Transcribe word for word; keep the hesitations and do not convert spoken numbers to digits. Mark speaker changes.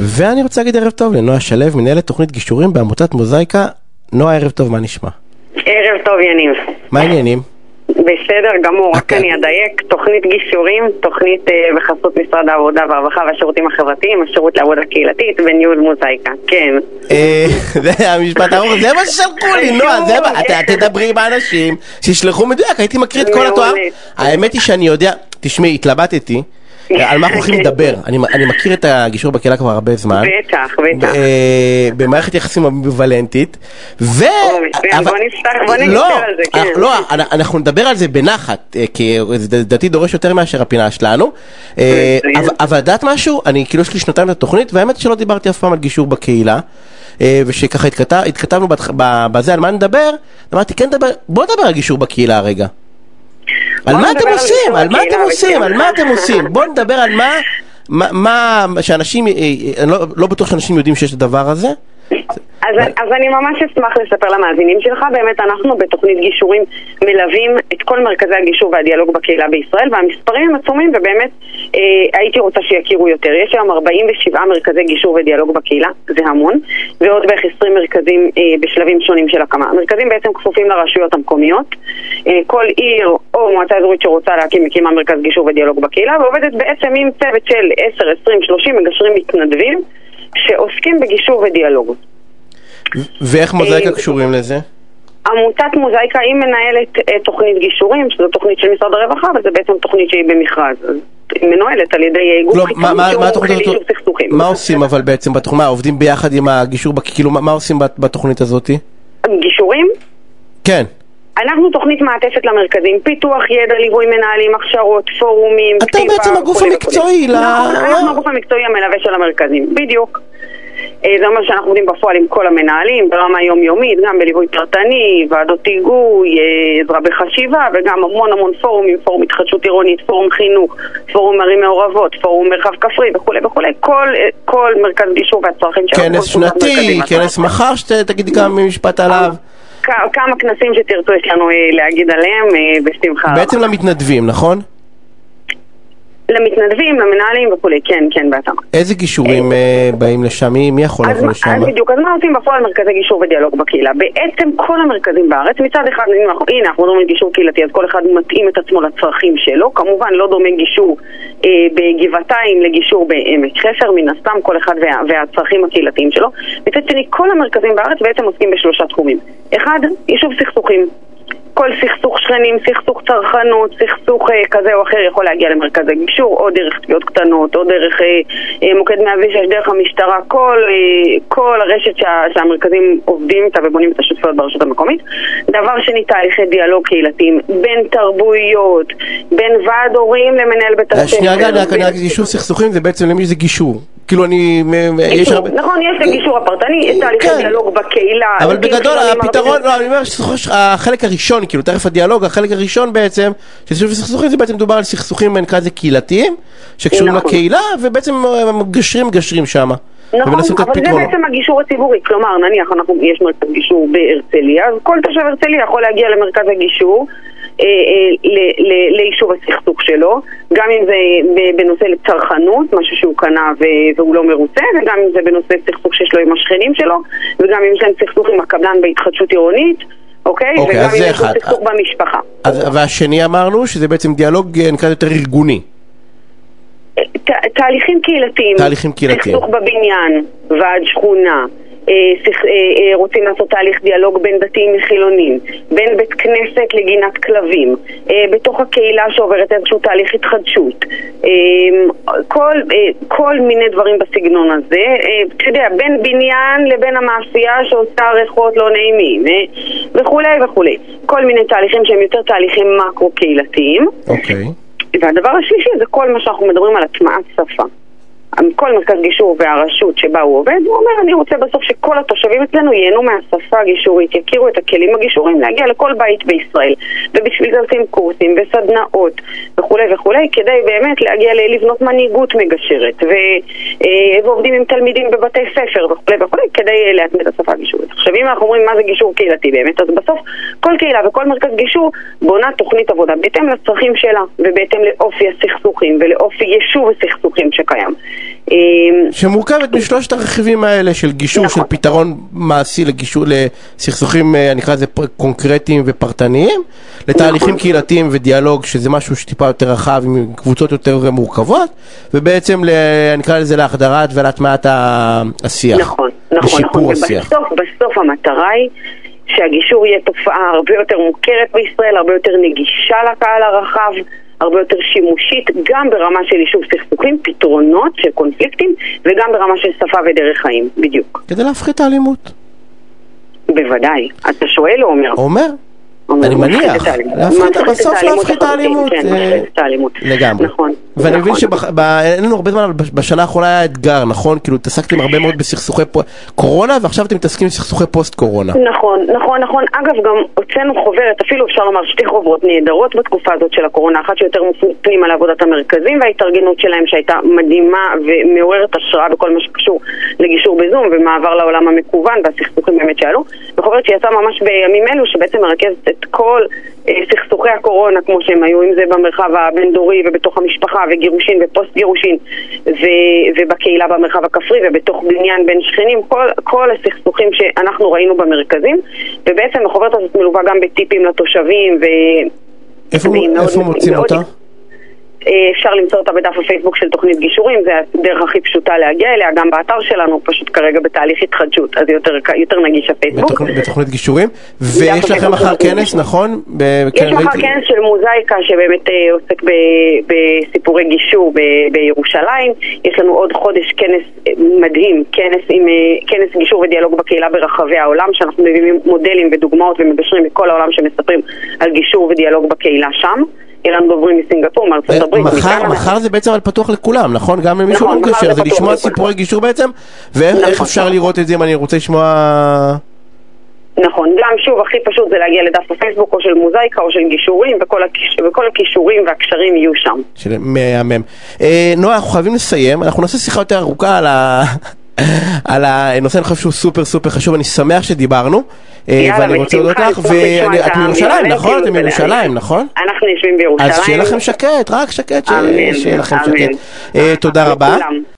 Speaker 1: ואני רוצה להגיד ערב טוב לנועה שלו, מנהלת תוכנית גישורים בעמותת מוזאיקה. נועה, ערב טוב, מה נשמע?
Speaker 2: ערב טוב, יניב.
Speaker 1: מה העניינים?
Speaker 2: בסדר גמור, רק אני אדייק, תוכנית גישורים, תוכנית בחסות משרד העבודה והרווחה והשירותים החברתיים, השירות לעבודה קהילתית וניהול מוזאיקה, כן.
Speaker 1: זה המשפט הארוך, זה מה ששלחו לי, נועה, אתה תדברי עם האנשים שישלחו מדויק, הייתי מקריא את כל התואר. האמת היא שאני יודע, תשמעי, התלבטתי על מה אנחנו הולכים לדבר. אני מכיר את הגישור בקהילה כבר הרבה זמן.
Speaker 2: בטח, בטח.
Speaker 1: במערכת יחסים אמביוולנטית.
Speaker 2: בוא נדבר על זה, כן.
Speaker 1: לא, אנחנו נדבר על זה בנחת, כי זה דעתי דורש יותר מאשר הפינה שלנו. אבל לדעת משהו, אני כאילו יש לי שנתיים לתוכנית, והאמת שלא דיברתי אף פעם על גישור בקהילה, ושככה התכתבנו בזה על מה נדבר, אמרתי, כן נדבר, בוא נדבר על גישור בקהילה הרגע. על מה אתם עושים? על מה אתם עושים? על מה אתם עושים? בואו נדבר על מה, מה, שאנשים, לא בטוח שאנשים יודעים שיש את הדבר הזה.
Speaker 2: אז, אז אני ממש אשמח לספר למאזינים שלך. באמת אנחנו בתוכנית גישורים מלווים את כל מרכזי הגישור והדיאלוג בקהילה בישראל, והמספרים הם עצומים, ובאמת אה, הייתי רוצה שיכירו יותר. יש היום ארבעים ושבעה מרכזי גישור ודיאלוג בקהילה, זה המון, ועוד בערך עשרים מרכזים אה, בשלבים שונים של הקמה. המרכזים בעצם כפופים לרשויות המקומיות. אה, כל עיר או מועצה אזורית שרוצה להקים מקימה מרכז גישור ודיאלוג בקהילה, ועובדת בעצם עם צוות של עשר, עשרים, שלושים מגשרים מתנדבים שעוסקים בגישור ודיאלוג.
Speaker 1: ואיך מוזאיקה קשורים לזה?
Speaker 2: עמותת מוזאיקה היא מנהלת תוכנית גישורים, שזו תוכנית של משרד הרווחה, אבל זו בעצם תוכנית שהיא במכרז. היא מנוהלת על ידי גוף חיצוני שהוא מומחה ליישוב סכסוכים.
Speaker 1: מה עושים אבל בעצם בתוכנית? עובדים ביחד עם הגישור? כאילו מה עושים בתוכנית הזאת?
Speaker 2: גישורים?
Speaker 1: כן.
Speaker 2: אנחנו תוכנית מעטפת למרכזים, פיתוח ידע, ליווי מנהלים, הכשרות, פורומים,
Speaker 1: אתה בעצם הגוף המקצועי.
Speaker 2: אנחנו הגוף המקצועי המלווה של המרכזים, בדיוק. זה אומר שאנחנו עובדים בפועל עם כל המנהלים ברמה יומיומית, גם בליווי פרטני, ועדות היגוי, עזרה בחשיבה, וגם המון המון פורומים, פורום התחדשות עירונית, פורום חינוך, פורום ערים מעורבות, פורום מרחב כפרי וכו' וכו'. כל, כל מרכז גישור והצרכים שלנו.
Speaker 1: כנס שנתי, כנס מחר שתגידי כמה משפט עליו.
Speaker 2: כמה כנסים שתרצו יש לנו להגיד עליהם בשמחה.
Speaker 1: בעצם למתנדבים, נכון?
Speaker 2: למתנדבים, למנהלים וכו', כן, כן, בעצם.
Speaker 1: איזה גישורים באים לשם? מי יכול לבוא לשם?
Speaker 2: אז בדיוק, אז מה עושים בפועל מרכזי גישור ודיאלוג בקהילה? בעצם כל המרכזים בארץ, מצד אחד, הנה, אנחנו מדברים על גישור קהילתי, אז כל אחד מתאים את עצמו לצרכים שלו, כמובן לא דומה גישור בגבעתיים לגישור בעמק חפר, מן הסתם כל אחד והצרכים הקהילתיים שלו. מצד שני, כל המרכזים בארץ בעצם עוסקים בשלושה תחומים. אחד, יישוב סכסוכים. כל סכסוך שכנים, סכסוך צרכנות, סכסוך אה, כזה או אחר יכול להגיע למרכז הגישור, או דרך תביעות קטנות, או דרך אה, אה, מוקד מאה ושש, דרך המשטרה, כל, אה, כל הרשת שה, שהמרכזים עובדים איתה ובונים את השותפויות ברשות המקומית. דבר שני, תהליכי דיאלוג קהילתיים, בין תרבויות, בין ועד הורים למנהל בית הספר.
Speaker 1: שנייה, רגע, גישור סכסוכים זה בעצם למי זה גישור? כאילו אני...
Speaker 2: נכון, יש לגישור הפרטני, יש תהליכי דיאלוג בקהילה.
Speaker 1: אבל בגדול, הפתרון, לא, אני אומר, החלק הראשון, כאילו, תכף הדיאלוג, החלק הראשון בעצם, שסביב סכסוכים, זה בעצם מדובר על סכסוכים בין כזה קהילתיים, שקשורים לקהילה, ובעצם מגשרים, מגשרים שם.
Speaker 2: נכון, אבל זה בעצם הגישור הציבורי. כלומר, נניח, יש מרכז גישור בהרצליה, אז כל תושב הרצליה יכול להגיע למרכז הגישור, ליישוב הסכסוך שלו, גם אם זה בנושא לצרכנות, משהו שהוא קנה והוא לא מרוצה, וגם אם זה בנושא סכסוך שיש לו עם השכנים שלו, וגם אם יש להם סכסוך עם הקבלן בהתחדשות עירונית, אוקיי? וגם אם יש לו סכסוך במשפחה.
Speaker 1: והשני אמרנו שזה בעצם דיאלוג נקרא יותר ארגוני.
Speaker 2: תהליכים קהילתיים.
Speaker 1: תהליכים קהילתיים.
Speaker 2: סכסוך בבניין, ועד שכונה. רוצים לעשות תהליך דיאלוג בין דתיים לחילונים, בין בית כנסת לגינת כלבים, בתוך הקהילה שעוברת איזשהו תהליך התחדשות, כל, כל מיני דברים בסגנון הזה, אתה יודע, בין בניין לבין המאפייה שעושה ריחות לא נעימים וכו' וכו'. כל מיני תהליכים שהם יותר תהליכים מקרו-קהילתיים.
Speaker 1: אוקיי.
Speaker 2: והדבר השלישי זה כל מה שאנחנו מדברים על הטמעת שפה. כל מרכז גישור והרשות שבה הוא עובד, הוא אומר, אני רוצה בסוף שכל התושבים אצלנו ייהנו מהשפה הגישורית, יכירו את הכלים הגישורים להגיע לכל בית בישראל. ובשביל זה עושים קורסים וסדנאות וכו' וכו', כדי באמת להגיע לבנות מנהיגות מגשרת, ו, ועובדים עם תלמידים בבתי ספר וכו' וכו', כדי להטמיע את השפה הגישורית. עכשיו, אם אנחנו אומרים מה זה גישור קהילתי באמת, אז בסוף כל קהילה וכל מרכז גישור בונה תוכנית עבודה בהתאם לצרכים שלה, ובהתאם לאופי הסכסוכים ולאופי יישוב הסכסוכים שקיים.
Speaker 1: שמורכבת משלושת הרכיבים האלה של גישור, נכון. של פתרון מעשי לגישור, לסכסוכים, אני אקרא לזה קונקרטיים ופרטניים, לתהליכים נכון. קהילתיים ודיאלוג, שזה משהו שטיפה יותר רחב, עם קבוצות יותר מורכבות, ובעצם אני אקרא לזה להחדרת ולהטמעת השיח.
Speaker 2: נכון, נכון, נכון. ובסוף, בסוף המטרה היא שהגישור יהיה תופעה הרבה יותר מוכרת בישראל, הרבה יותר נגישה לקהל הרחב, הרבה יותר שימושית, גם ברמה של יישוב סכסוכים, פתרונות של קונפליקטים, וגם ברמה של שפה ודרך חיים, בדיוק.
Speaker 1: כדי להפחית את האלימות.
Speaker 2: בוודאי. אתה שואל או אומר?
Speaker 1: אומר. אני מניח, בסוף להפחית את האלימות.
Speaker 2: כן, להפחית את האלימות.
Speaker 1: לגמרי.
Speaker 2: נכון.
Speaker 1: ואני מבין שאין לנו הרבה זמן, בשנה האחרונה היה אתגר, נכון? כאילו, התעסקתם הרבה מאוד בסכסוכי קורונה, ועכשיו אתם מתעסקים בסכסוכי פוסט קורונה.
Speaker 2: נכון, נכון, נכון. אגב, גם הוצאנו חוברת, אפילו אפשר לומר שתי חוברות נהדרות בתקופה הזאת של הקורונה, אחת שיותר מופנים על עבודת המרכזים, וההתארגנות שלהם שהייתה מדהימה ומעוררת השראה בכל מה שקשור לגישור בזום, ומעבר לעולם המקוון, והסכסוכים באמת שעלו. וחוברת שיצאה ממש בימים אלו, שבעצם מרכזת את כל סכסוכי הקורונה, כמו שהם היו, אם זה במרחב הבין-דורי ובתוך המשפחה, וגירושין ופוסט גירושין, ו- ובקהילה במרחב הכפרי, ובתוך בניין בין שכנים, כל, כל הסכסוכים שאנחנו ראינו במרכזים, ובעצם החוברת הזאת מלווה גם בטיפים לתושבים, ו...
Speaker 1: איפה, איפה מוצאים אותה?
Speaker 2: אפשר למצוא אותה בדף הפייסבוק של תוכנית גישורים, זה הדרך הכי פשוטה להגיע אליה, גם באתר שלנו, פשוט כרגע בתהליך התחדשות, אז יותר, יותר נגיש הפייסבוק.
Speaker 1: בתוכנית, בתוכנית גישורים, ויש לכם מחר כנס, נכון?
Speaker 2: יש מחר כנס של מוזאיקה שבאמת עוסק בסיפורי גישור בירושלים, יש לנו עוד חודש כנס מדהים, כנס, עם, כנס גישור ודיאלוג בקהילה ברחבי העולם, שאנחנו מביאים מודלים ודוגמאות ומגשרים מכל העולם שמספרים על גישור ודיאלוג בקהילה שם. יהיה לנו דוברים מסינגפור, מארצות הברית.
Speaker 1: מחר זה בעצם פתוח לכולם, נכון? גם למישהו לא מגשר, זה לשמוע סיפורי גישור בעצם, ואיך אפשר לראות את זה אם אני רוצה לשמוע...
Speaker 2: נכון, גם שוב, הכי פשוט זה להגיע לדף הפייסבוק או של מוזאיקה או של גישורים, וכל הכישורים והקשרים יהיו שם.
Speaker 1: מהמם. נועה, אנחנו חייבים לסיים, אנחנו נעשה שיחה יותר ארוכה על ה... על הנושא, אני חושב שהוא סופר סופר חשוב, אני שמח שדיברנו, ואני רוצה להודות לך, ואת מירושלים, נכון? אתם מירושלים, נכון?
Speaker 2: אנחנו יושבים בירושלים.
Speaker 1: אז שיהיה לכם שקט, רק שקט, שיהיה לכם שקט. תודה רבה.